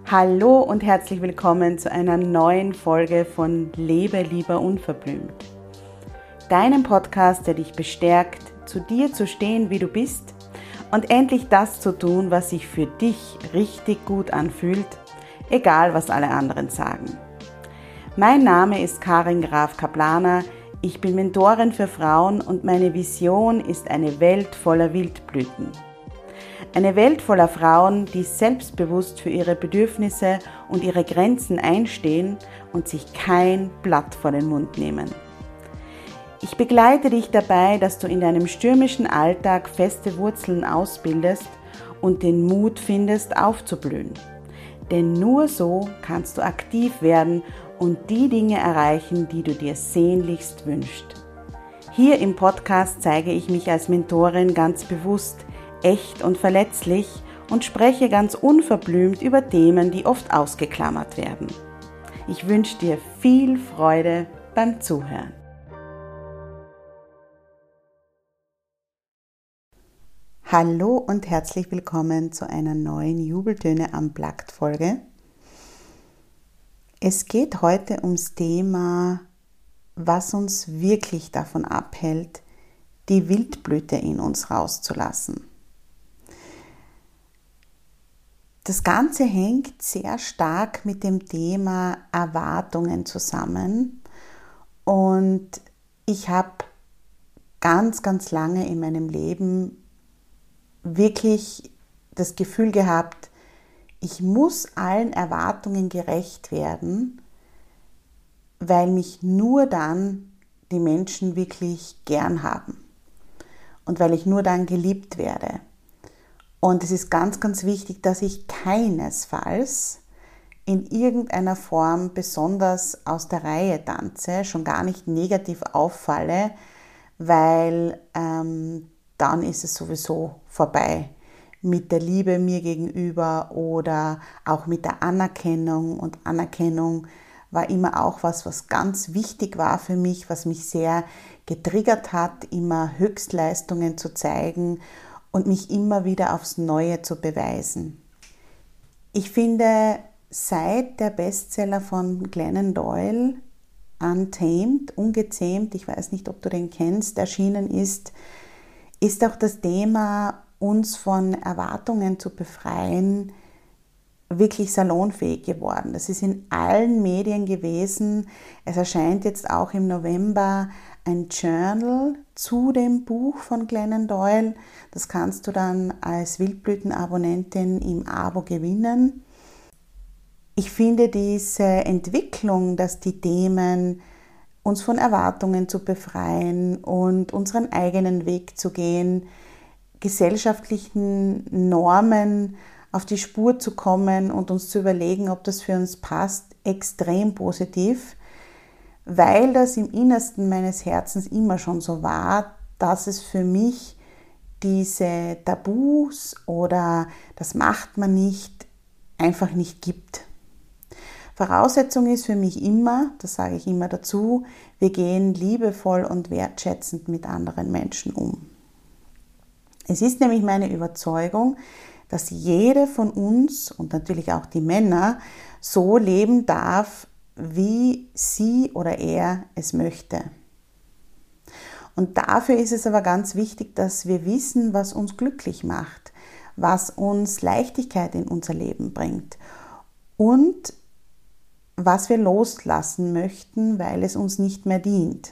Hallo und herzlich willkommen zu einer neuen Folge von Lebe lieber unverblümt. Deinem Podcast, der dich bestärkt, zu dir zu stehen, wie du bist und endlich das zu tun, was sich für dich richtig gut anfühlt, egal was alle anderen sagen. Mein Name ist Karin Graf Kaplaner, ich bin Mentorin für Frauen und meine Vision ist eine Welt voller Wildblüten. Eine Welt voller Frauen, die selbstbewusst für ihre Bedürfnisse und ihre Grenzen einstehen und sich kein Blatt vor den Mund nehmen. Ich begleite dich dabei, dass du in deinem stürmischen Alltag feste Wurzeln ausbildest und den Mut findest, aufzublühen. Denn nur so kannst du aktiv werden und die Dinge erreichen, die du dir sehnlichst wünschst. Hier im Podcast zeige ich mich als Mentorin ganz bewusst, echt und verletzlich und spreche ganz unverblümt über Themen, die oft ausgeklammert werden. Ich wünsche dir viel Freude beim Zuhören. Hallo und herzlich willkommen zu einer neuen Jubeltöne Unplugged Folge. Es geht heute ums Thema, was uns wirklich davon abhält, die Wildblüte in uns rauszulassen. Das Ganze hängt sehr stark mit dem Thema Erwartungen zusammen und ich habe ganz lange in meinem Leben wirklich das Gefühl gehabt, ich muss allen Erwartungen gerecht werden, weil mich nur dann die Menschen wirklich gern haben und weil ich nur dann geliebt werde. Und es ist ganz wichtig, dass ich keinesfalls in irgendeiner Form besonders aus der Reihe tanze, schon gar nicht negativ auffalle, weil dann ist es sowieso vorbei mit der Liebe mir gegenüber oder auch mit der Anerkennung. Und Anerkennung war immer auch was ganz wichtig war für mich, was mich sehr getriggert hat, immer Höchstleistungen zu zeigen und mich immer wieder aufs Neue zu beweisen. Ich finde, seit der Bestseller von Glennon Doyle, Untamed, Ungezähmt, ich weiß nicht, ob du den kennst, erschienen ist auch das Thema, uns von Erwartungen zu befreien, wirklich salonfähig geworden. Das ist in allen Medien gewesen. Es erscheint jetzt auch im November ein Journal zu dem Buch von Glennon Doyle. Das kannst du dann als Wildblüten-Abonnentin im Abo gewinnen. Ich finde diese Entwicklung, dass die Themen, uns von Erwartungen zu befreien und unseren eigenen Weg zu gehen, gesellschaftlichen Normen auf die Spur zu kommen und uns zu überlegen, ob das für uns passt, extrem positiv, weil das im Innersten meines Herzens immer schon so war, dass es für mich diese Tabus oder das macht man nicht, einfach nicht gibt. Voraussetzung ist für mich immer, das sage ich immer dazu, wir gehen liebevoll und wertschätzend mit anderen Menschen um. Es ist nämlich meine Überzeugung, dass jede von uns und natürlich auch die Männer so leben darf, wie sie oder er es möchte. Und dafür ist es aber ganz wichtig, dass wir wissen, was uns glücklich macht, was uns Leichtigkeit in unser Leben bringt und was wir loslassen möchten, weil es uns nicht mehr dient.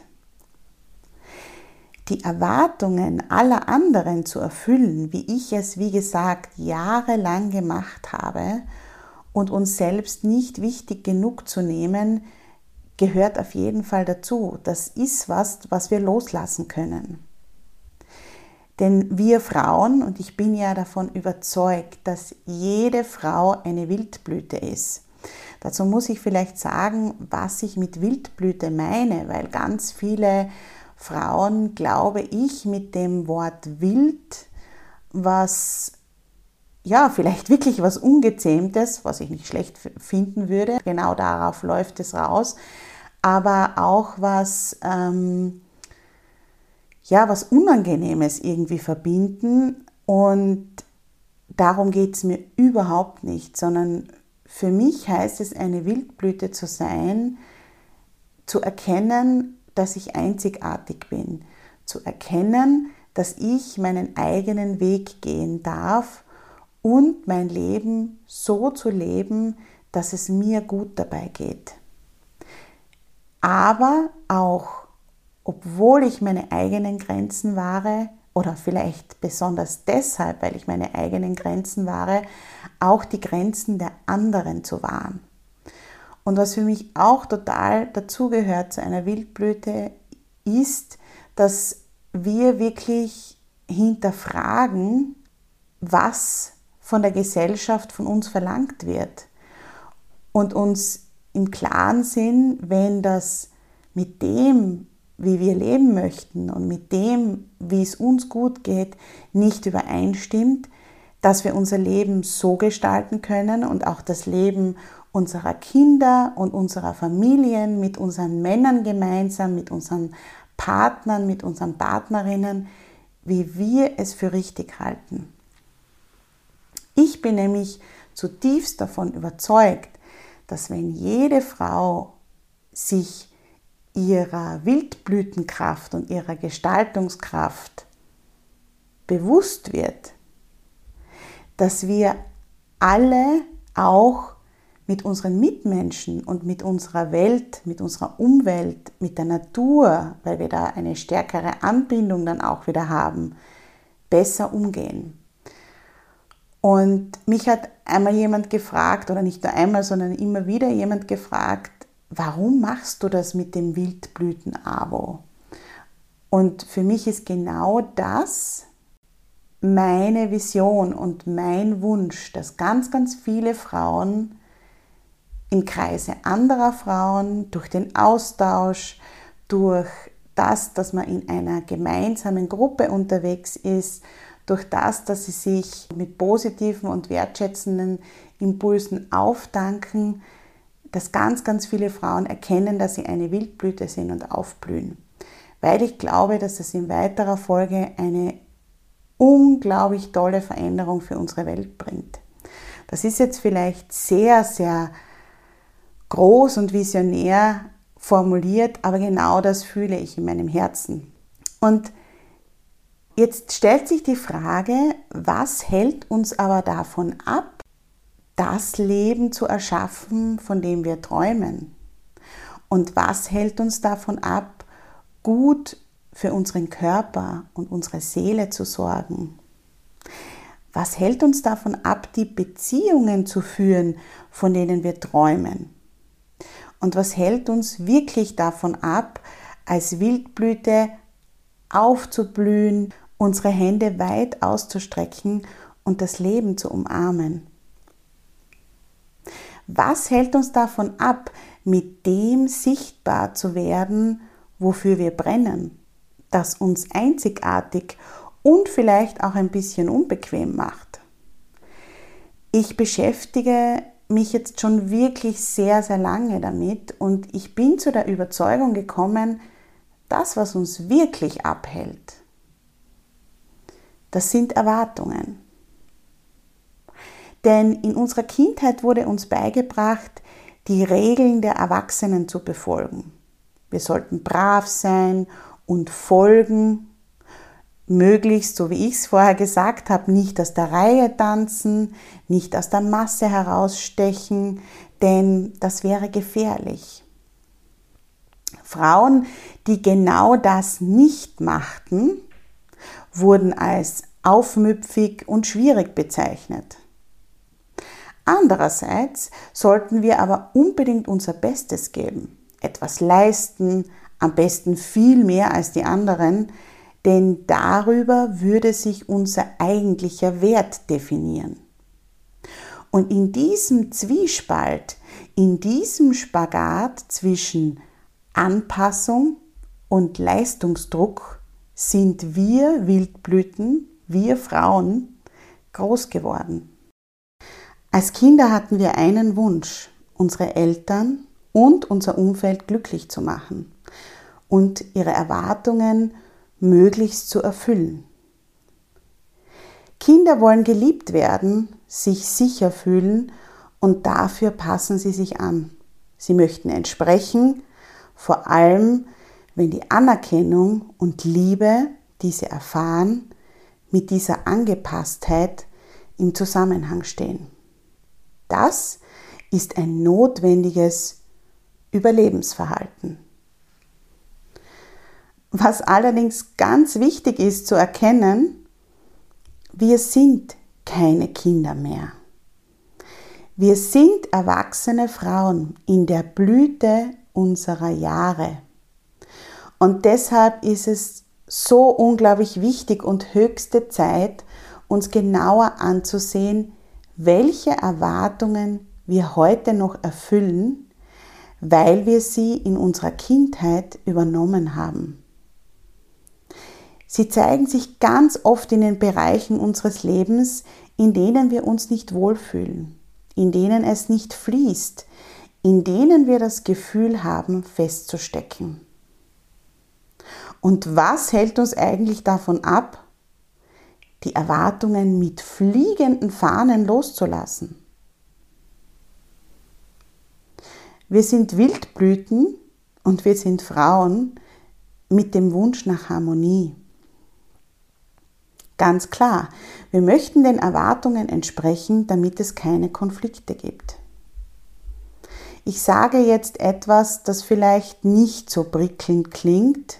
Die Erwartungen aller anderen zu erfüllen, wie ich es, wie gesagt, jahrelang gemacht habe und uns selbst nicht wichtig genug zu nehmen, gehört auf jeden Fall dazu. Das ist was wir loslassen können. Denn wir Frauen, und ich bin ja davon überzeugt, dass jede Frau eine Wildblüte ist. Dazu muss ich vielleicht sagen, was ich mit Wildblüte meine, weil ganz viele Frauen, glaube ich, mit dem Wort wild, was ja vielleicht wirklich was Ungezähmtes, was ich nicht schlecht finden würde, genau darauf läuft es raus, aber auch was Unangenehmes irgendwie verbinden und darum geht es mir überhaupt nicht, sondern für mich heißt es, eine Wildblüte zu sein, zu erkennen, dass ich einzigartig bin, zu erkennen, dass ich meinen eigenen Weg gehen darf und mein Leben so zu leben, dass es mir gut dabei geht. Aber auch, obwohl ich meine eigenen Grenzen wahre, oder vielleicht besonders deshalb, weil ich meine eigenen Grenzen wahre, auch die Grenzen der anderen zu wahren. Und was für mich auch total dazugehört zu einer Wildblüte, ist, dass wir wirklich hinterfragen, was von der Gesellschaft von uns verlangt wird. Und uns im Klaren sind, wenn das mit dem, wie wir leben möchten und mit dem, wie es uns gut geht, nicht übereinstimmt, dass wir unser Leben so gestalten können und auch das Leben unserer Kinder und unserer Familien, mit unseren Männern gemeinsam, mit unseren Partnern, mit unseren Partnerinnen, wie wir es für richtig halten. Ich bin nämlich zutiefst davon überzeugt, dass wenn jede Frau sich ihrer Wildblütenkraft und ihrer Gestaltungskraft bewusst wird, dass wir alle auch mit unseren Mitmenschen und mit unserer Welt, mit unserer Umwelt, mit der Natur, weil wir da eine stärkere Anbindung dann auch wieder haben, besser umgehen. Und mich hat einmal jemand gefragt, oder nicht nur einmal, sondern immer wieder jemand gefragt, warum machst du das mit dem Wildblüten-Abo? Und für mich ist genau das meine Vision und mein Wunsch, dass ganz, ganz viele Frauen im Kreise anderer Frauen, durch den Austausch, durch das, dass man in einer gemeinsamen Gruppe unterwegs ist, durch das, dass sie sich mit positiven und wertschätzenden Impulsen auftanken, dass ganz, ganz viele Frauen erkennen, dass sie eine Wildblüte sind und aufblühen. Weil ich glaube, dass es in weiterer Folge eine unglaublich tolle Veränderung für unsere Welt bringt. Das ist jetzt vielleicht sehr, sehr groß und visionär formuliert, aber genau das fühle ich in meinem Herzen. Und jetzt stellt sich die Frage, was hält uns aber davon ab, das Leben zu erschaffen, von dem wir träumen? Und was hält uns davon ab, gut für unseren Körper und unsere Seele zu sorgen? Was hält uns davon ab, die Beziehungen zu führen, von denen wir träumen? Und was hält uns wirklich davon ab, als Wildblüte aufzublühen, unsere Hände weit auszustrecken und das Leben zu umarmen? Was hält uns davon ab, mit dem sichtbar zu werden, wofür wir brennen, das uns einzigartig und vielleicht auch ein bisschen unbequem macht? Ich beschäftige mich jetzt schon wirklich sehr, sehr lange damit und ich bin zu der Überzeugung gekommen, das, was uns wirklich abhält, das sind Erwartungen. Denn in unserer Kindheit wurde uns beigebracht, die Regeln der Erwachsenen zu befolgen. Wir sollten brav sein und folgen, möglichst, so wie ich es vorher gesagt habe, nicht aus der Reihe tanzen, nicht aus der Masse herausstechen, denn das wäre gefährlich. Frauen, die genau das nicht machten, wurden als aufmüpfig und schwierig bezeichnet. Andererseits sollten wir aber unbedingt unser Bestes geben, etwas leisten, am besten viel mehr als die anderen, denn darüber würde sich unser eigentlicher Wert definieren. Und in diesem Zwiespalt, in diesem Spagat zwischen Anpassung und Leistungsdruck sind wir Wildblüten, wir Frauen, groß geworden. Als Kinder hatten wir einen Wunsch, unsere Eltern und unser Umfeld glücklich zu machen und ihre Erwartungen möglichst zu erfüllen. Kinder wollen geliebt werden, sich sicher fühlen und dafür passen sie sich an. Sie möchten entsprechen, vor allem wenn die Anerkennung und Liebe, die sie erfahren, mit dieser Angepasstheit im Zusammenhang stehen. Das ist ein notwendiges Überlebensverhalten. Was allerdings ganz wichtig ist zu erkennen, wir sind keine Kinder mehr. Wir sind erwachsene Frauen in der Blüte unserer Jahre. Und deshalb ist es so unglaublich wichtig und höchste Zeit, uns genauer anzusehen, welche Erwartungen wir heute noch erfüllen, weil wir sie in unserer Kindheit übernommen haben. Sie zeigen sich ganz oft in den Bereichen unseres Lebens, in denen wir uns nicht wohlfühlen, in denen es nicht fließt, in denen wir das Gefühl haben, festzustecken. Und was hält uns eigentlich davon ab, die Erwartungen mit fliegenden Fahnen loszulassen? Wir sind Wildblüten und wir sind Frauen mit dem Wunsch nach Harmonie. Ganz klar, wir möchten den Erwartungen entsprechen, damit es keine Konflikte gibt. Ich sage jetzt etwas, das vielleicht nicht so prickelnd klingt.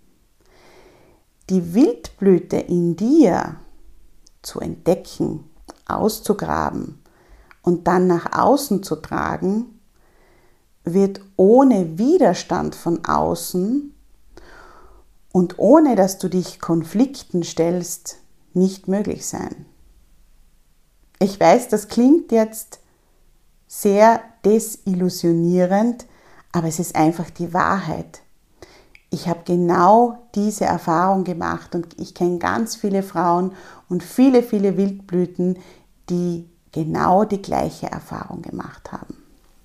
Die Wildblüte in dir zu entdecken, auszugraben und dann nach außen zu tragen, wird ohne Widerstand von außen und ohne dass du dich Konflikten stellst, nicht möglich sein. Ich weiß, das klingt jetzt sehr desillusionierend, aber es ist einfach die Wahrheit. Ich habe genau diese Erfahrung gemacht und ich kenne ganz viele Frauen und viele, viele Wildblüten, die genau die gleiche Erfahrung gemacht haben.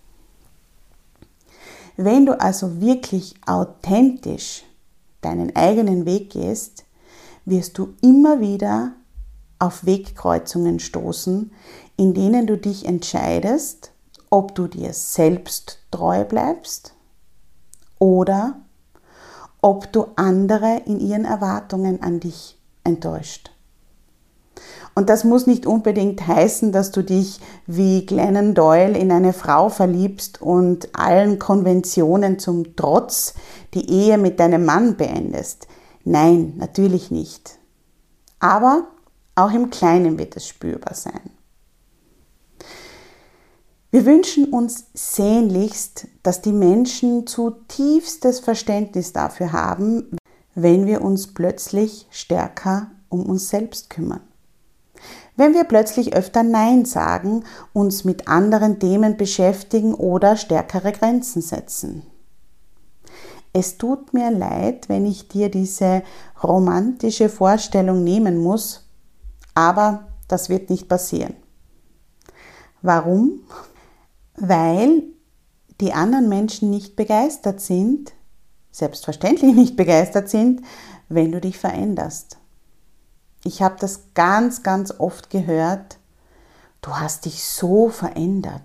Wenn du also wirklich authentisch deinen eigenen Weg gehst, wirst du immer wieder auf Wegkreuzungen stoßen, in denen du dich entscheidest, ob du dir selbst treu bleibst oder ob du andere in ihren Erwartungen an dich enttäuscht. Und das muss nicht unbedingt heißen, dass du dich wie Glennon Doyle in eine Frau verliebst und allen Konventionen zum Trotz die Ehe mit deinem Mann beendest. Nein, natürlich nicht. Aber auch im Kleinen wird es spürbar sein. Wir wünschen uns sehnlichst, dass die Menschen zutiefstes Verständnis dafür haben, wenn wir uns plötzlich stärker um uns selbst kümmern. Wenn wir plötzlich öfter Nein sagen, uns mit anderen Themen beschäftigen oder stärkere Grenzen setzen. Es tut mir leid, wenn ich dir diese romantische Vorstellung nehmen muss, aber das wird nicht passieren. Warum? Weil die anderen Menschen nicht begeistert sind, selbstverständlich nicht begeistert sind, wenn du dich veränderst. Ich habe das ganz, ganz oft gehört, du hast dich so verändert.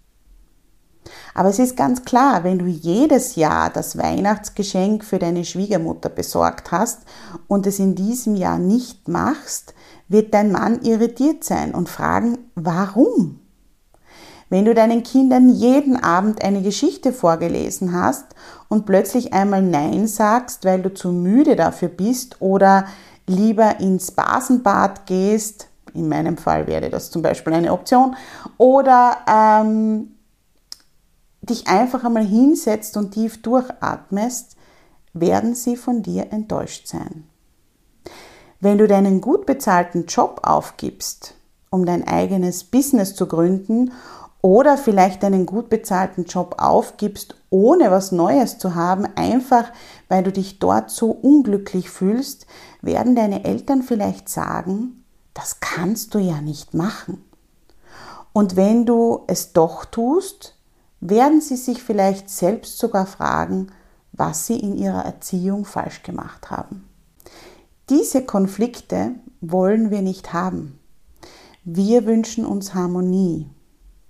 Aber es ist ganz klar, wenn du jedes Jahr das Weihnachtsgeschenk für deine Schwiegermutter besorgt hast und es in diesem Jahr nicht machst, wird dein Mann irritiert sein und fragen, warum? Wenn du deinen Kindern jeden Abend eine Geschichte vorgelesen hast und plötzlich einmal Nein sagst, weil du zu müde dafür bist oder lieber ins Basenbad gehst, in meinem Fall wäre das zum Beispiel eine Option, oder dich einfach einmal hinsetzt und tief durchatmest, werden sie von dir enttäuscht sein. Wenn du deinen gut bezahlten Job aufgibst, um dein eigenes Business zu gründen oder vielleicht deinen gut bezahlten Job aufgibst, ohne was Neues zu haben, einfach weil du dich dort so unglücklich fühlst, werden deine Eltern vielleicht sagen, das kannst du ja nicht machen. Und wenn du es doch tust, werden sie sich vielleicht selbst sogar fragen, was sie in ihrer Erziehung falsch gemacht haben. Diese Konflikte wollen wir nicht haben. Wir wünschen uns Harmonie.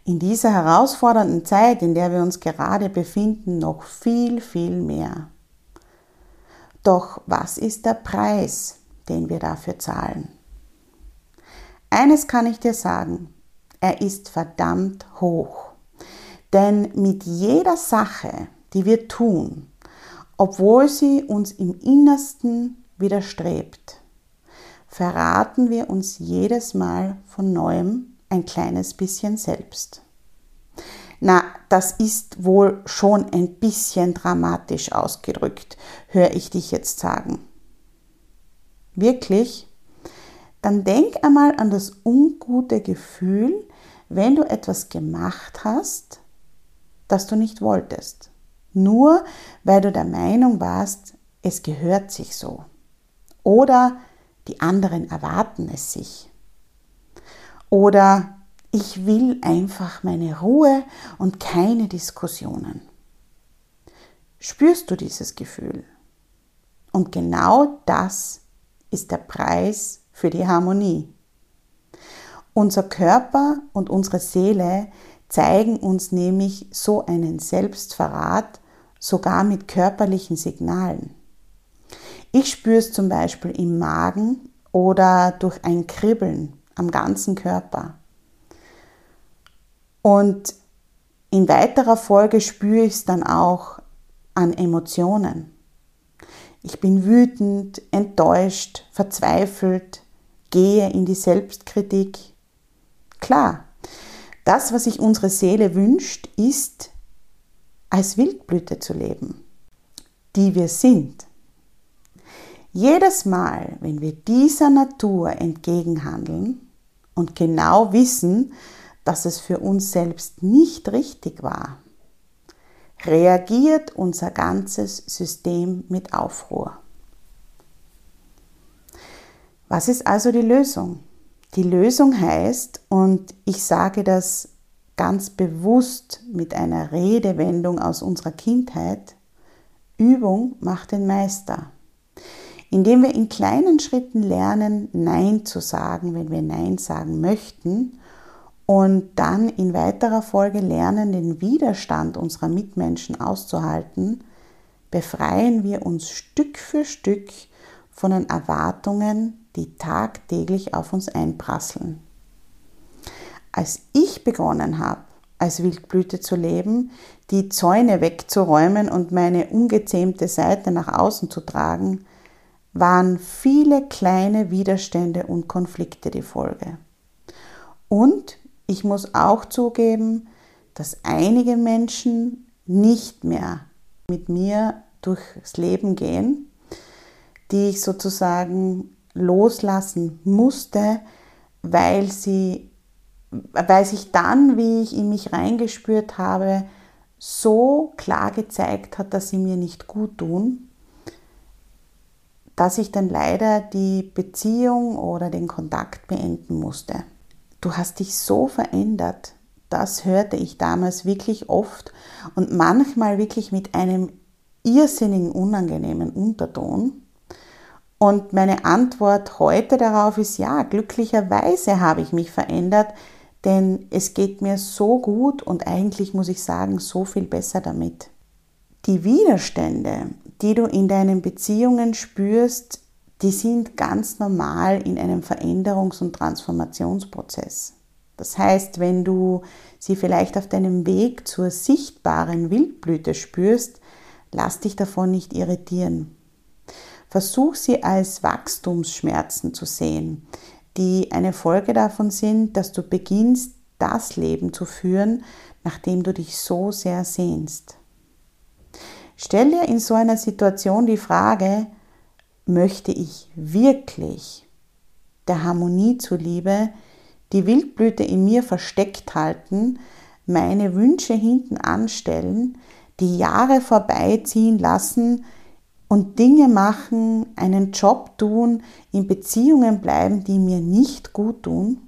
in dieser herausfordernden Zeit, in der wir uns gerade befinden, noch viel, viel mehr. Doch was ist der Preis, den wir dafür zahlen? Eines kann ich dir sagen, er ist verdammt hoch. Denn mit jeder Sache, die wir tun, obwohl sie uns im Innersten widerstrebt, verraten wir uns jedes Mal von neuem ein kleines bisschen selbst. Na, das ist wohl schon ein bisschen dramatisch ausgedrückt, höre ich dich jetzt sagen. Wirklich? Dann denk einmal an das ungute Gefühl, wenn du etwas gemacht hast, das du nicht wolltest. Nur weil du der Meinung warst, es gehört sich so. Oder die anderen erwarten es sich. Oder ich will einfach meine Ruhe und keine Diskussionen. Spürst du dieses Gefühl? Und genau das ist der Preis für die Harmonie. Unser Körper und unsere Seele zeigen uns nämlich so einen Selbstverrat, sogar mit körperlichen Signalen. Ich spüre es zum Beispiel im Magen oder durch ein Kribbeln am ganzen Körper. Und in weiterer Folge spüre ich es dann auch an Emotionen. Ich bin wütend, enttäuscht, verzweifelt, gehe in die Selbstkritik. Klar, das, was sich unsere Seele wünscht, ist, als Wildblüte zu leben, die wir sind. Jedes Mal, wenn wir dieser Natur entgegenhandeln und genau wissen, dass es für uns selbst nicht richtig war, reagiert unser ganzes System mit Aufruhr. Was ist also die Lösung? Die Lösung heißt, und ich sage das ganz bewusst mit einer Redewendung aus unserer Kindheit, Übung macht den Meister. Indem wir in kleinen Schritten lernen, Nein zu sagen, wenn wir Nein sagen möchten, und dann in weiterer Folge lernen, den Widerstand unserer Mitmenschen auszuhalten, befreien wir uns Stück für Stück von den Erwartungen, die tagtäglich auf uns einprasseln. Als ich begonnen habe, als Wildblüte zu leben, die Zäune wegzuräumen und meine ungezähmte Seite nach außen zu tragen, waren viele kleine Widerstände und Konflikte die Folge. Und ich muss auch zugeben, dass einige Menschen nicht mehr mit mir durchs Leben gehen, die ich sozusagen loslassen musste, weil sich dann, wie ich in mich reingespürt habe, so klar gezeigt hat, dass sie mir nicht gut tun, dass ich dann leider die Beziehung oder den Kontakt beenden musste. Du hast dich so verändert, das hörte ich damals wirklich oft und manchmal wirklich mit einem irrsinnigen, unangenehmen Unterton. Und meine Antwort heute darauf ist, ja, glücklicherweise habe ich mich verändert, denn es geht mir so gut und eigentlich muss ich sagen, so viel besser damit. Die Widerstände, die du in deinen Beziehungen spürst, die sind ganz normal in einem Veränderungs- und Transformationsprozess. Das heißt, wenn du sie vielleicht auf deinem Weg zur sichtbaren Wildblüte spürst, lass dich davon nicht irritieren. Versuch sie als Wachstumsschmerzen zu sehen, die eine Folge davon sind, dass du beginnst, das Leben zu führen, nach dem du dich so sehr sehnst. Stell dir in so einer Situation die Frage, möchte ich wirklich der Harmonie zuliebe die Wildblüte in mir versteckt halten, meine Wünsche hinten anstellen, die Jahre vorbeiziehen lassen und Dinge machen, einen Job tun, in Beziehungen bleiben, die mir nicht gut tun?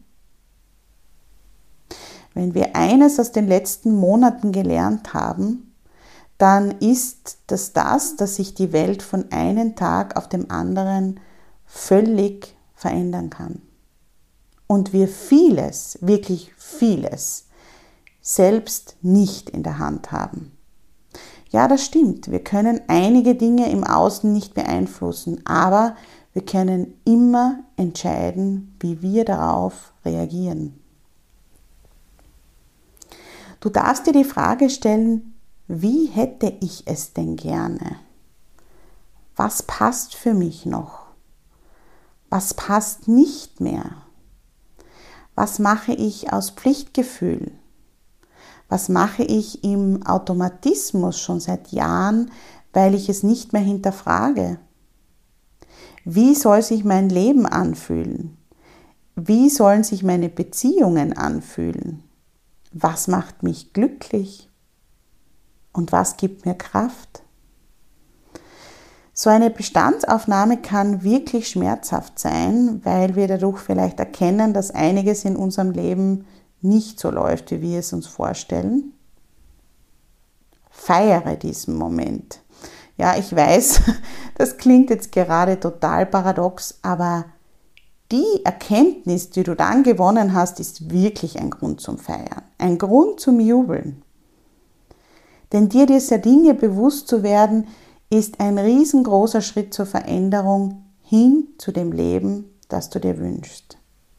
Wenn wir eines aus den letzten Monaten gelernt haben, dann ist dass sich die Welt von einem Tag auf den anderen völlig verändern kann. Und wir vieles, wirklich vieles, selbst nicht in der Hand haben. Ja, das stimmt. Wir können einige Dinge im Außen nicht beeinflussen, aber wir können immer entscheiden, wie wir darauf reagieren. Du darfst dir die Frage stellen, wie hätte ich es denn gerne? Was passt für mich noch? Was passt nicht mehr? Was mache ich aus Pflichtgefühl? Was mache ich im Automatismus schon seit Jahren, weil ich es nicht mehr hinterfrage? Wie soll sich mein Leben anfühlen? Wie sollen sich meine Beziehungen anfühlen? Was macht mich glücklich? Und was gibt mir Kraft? So eine Bestandsaufnahme kann wirklich schmerzhaft sein, weil wir dadurch vielleicht erkennen, dass einiges in unserem Leben nicht so läuft, wie wir es uns vorstellen. Feiere diesen Moment. Ja, ich weiß, das klingt jetzt gerade total paradox, aber die Erkenntnis, die du dann gewonnen hast, ist wirklich ein Grund zum Feiern, ein Grund zum Jubeln. Denn dir dieser Dinge bewusst zu werden, ist ein riesengroßer Schritt zur Veränderung hin zu dem Leben, das du dir wünschst.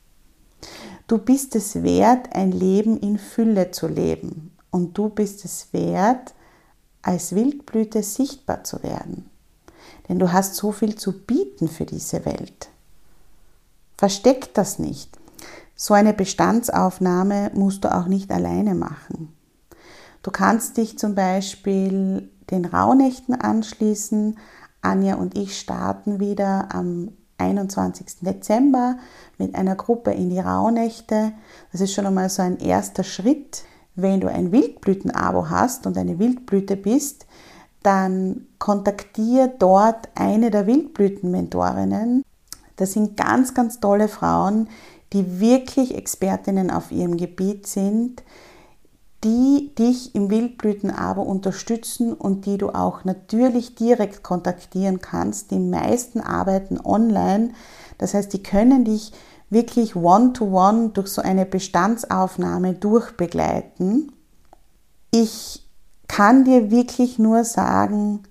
Du bist es wert, ein Leben in Fülle zu leben. Und du bist es wert, als Wildblüte sichtbar zu werden. Denn du hast so viel zu bieten für diese Welt. Versteck das nicht. So eine Bestandsaufnahme musst du auch nicht alleine machen. Du kannst dich zum Beispiel den Rauhnächten anschließen. Anja und ich starten wieder am 21. Dezember mit einer Gruppe in die Rauhnächte. Das ist schon einmal so ein erster Schritt. Wenn du ein Wildblüten-Abo hast und eine Wildblüte bist, dann kontaktiere dort eine der Wildblüten-Mentorinnen. Das sind ganz, ganz tolle Frauen, die wirklich Expertinnen auf ihrem Gebiet sind, die dich im Wildblüten-Abo unterstützen und die du auch natürlich direkt kontaktieren kannst. Die meisten arbeiten online, das heißt, die können dich wirklich one-to-one durch so eine Bestandsaufnahme durchbegleiten. Ich kann dir wirklich nur sagen,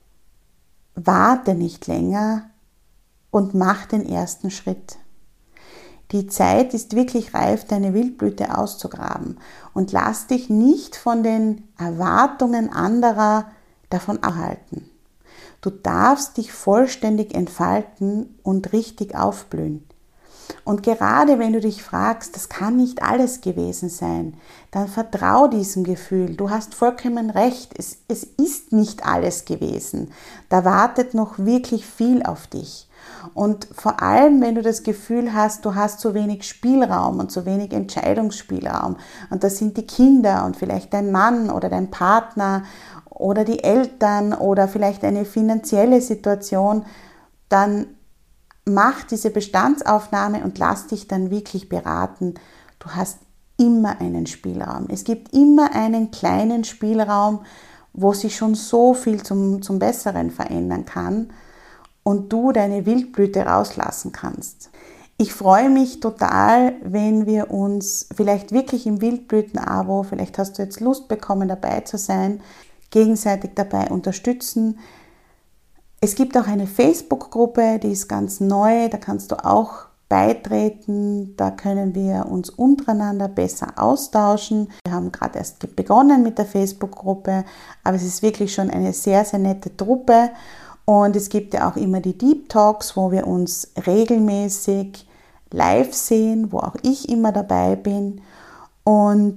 warte nicht länger und mach den ersten Schritt. Die Zeit ist wirklich reif, deine Wildblüte auszugraben und lass dich nicht von den Erwartungen anderer davon abhalten. Du darfst dich vollständig entfalten und richtig aufblühen. Und gerade wenn du dich fragst, das kann nicht alles gewesen sein, dann vertrau diesem Gefühl. Du hast vollkommen recht, es ist nicht alles gewesen. Da wartet noch wirklich viel auf dich. Und vor allem, wenn du das Gefühl hast, du hast zu wenig Spielraum und zu wenig Entscheidungsspielraum und das sind die Kinder und vielleicht dein Mann oder dein Partner oder die Eltern oder vielleicht eine finanzielle Situation, dann mach diese Bestandsaufnahme und lass dich dann wirklich beraten. Du hast immer einen Spielraum. Es gibt immer einen kleinen Spielraum, wo sich schon so viel zum Besseren verändern kann und du deine Wildblüte rauslassen kannst. Ich freue mich total, wenn wir uns vielleicht wirklich im Wildblüten-Abo, vielleicht hast du jetzt Lust bekommen, dabei zu sein, gegenseitig dabei unterstützen. Es gibt auch eine Facebook-Gruppe, die ist ganz neu, da kannst du auch beitreten, da können wir uns untereinander besser austauschen. Wir haben gerade erst begonnen mit der Facebook-Gruppe, aber es ist wirklich schon eine sehr, sehr nette Truppe und es gibt ja auch immer die Deep Talks, wo wir uns regelmäßig live sehen, wo auch ich immer dabei bin und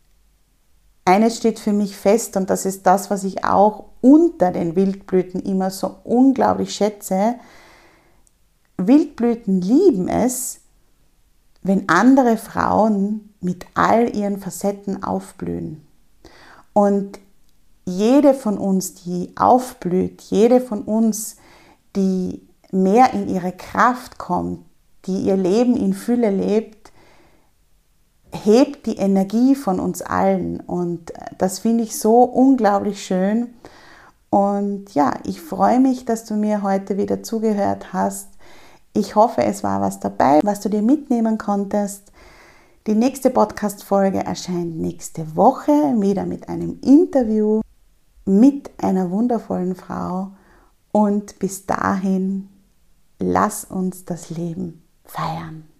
eines steht für mich fest und das ist das, was ich auch unter den Wildblüten immer so unglaublich schätze. Wildblüten lieben es, wenn andere Frauen mit all ihren Facetten aufblühen. Und jede von uns, die aufblüht, jede von uns, die mehr in ihre Kraft kommt, die ihr Leben in Fülle lebt, hebt die Energie von uns allen und das finde ich so unglaublich schön und ja, ich freue mich, dass du mir heute wieder zugehört hast. Ich hoffe, es war was dabei, was du dir mitnehmen konntest. Die nächste Podcast-Folge erscheint nächste Woche, wieder mit einem Interview mit einer wundervollen Frau. Und bis dahin, lass uns das Leben feiern.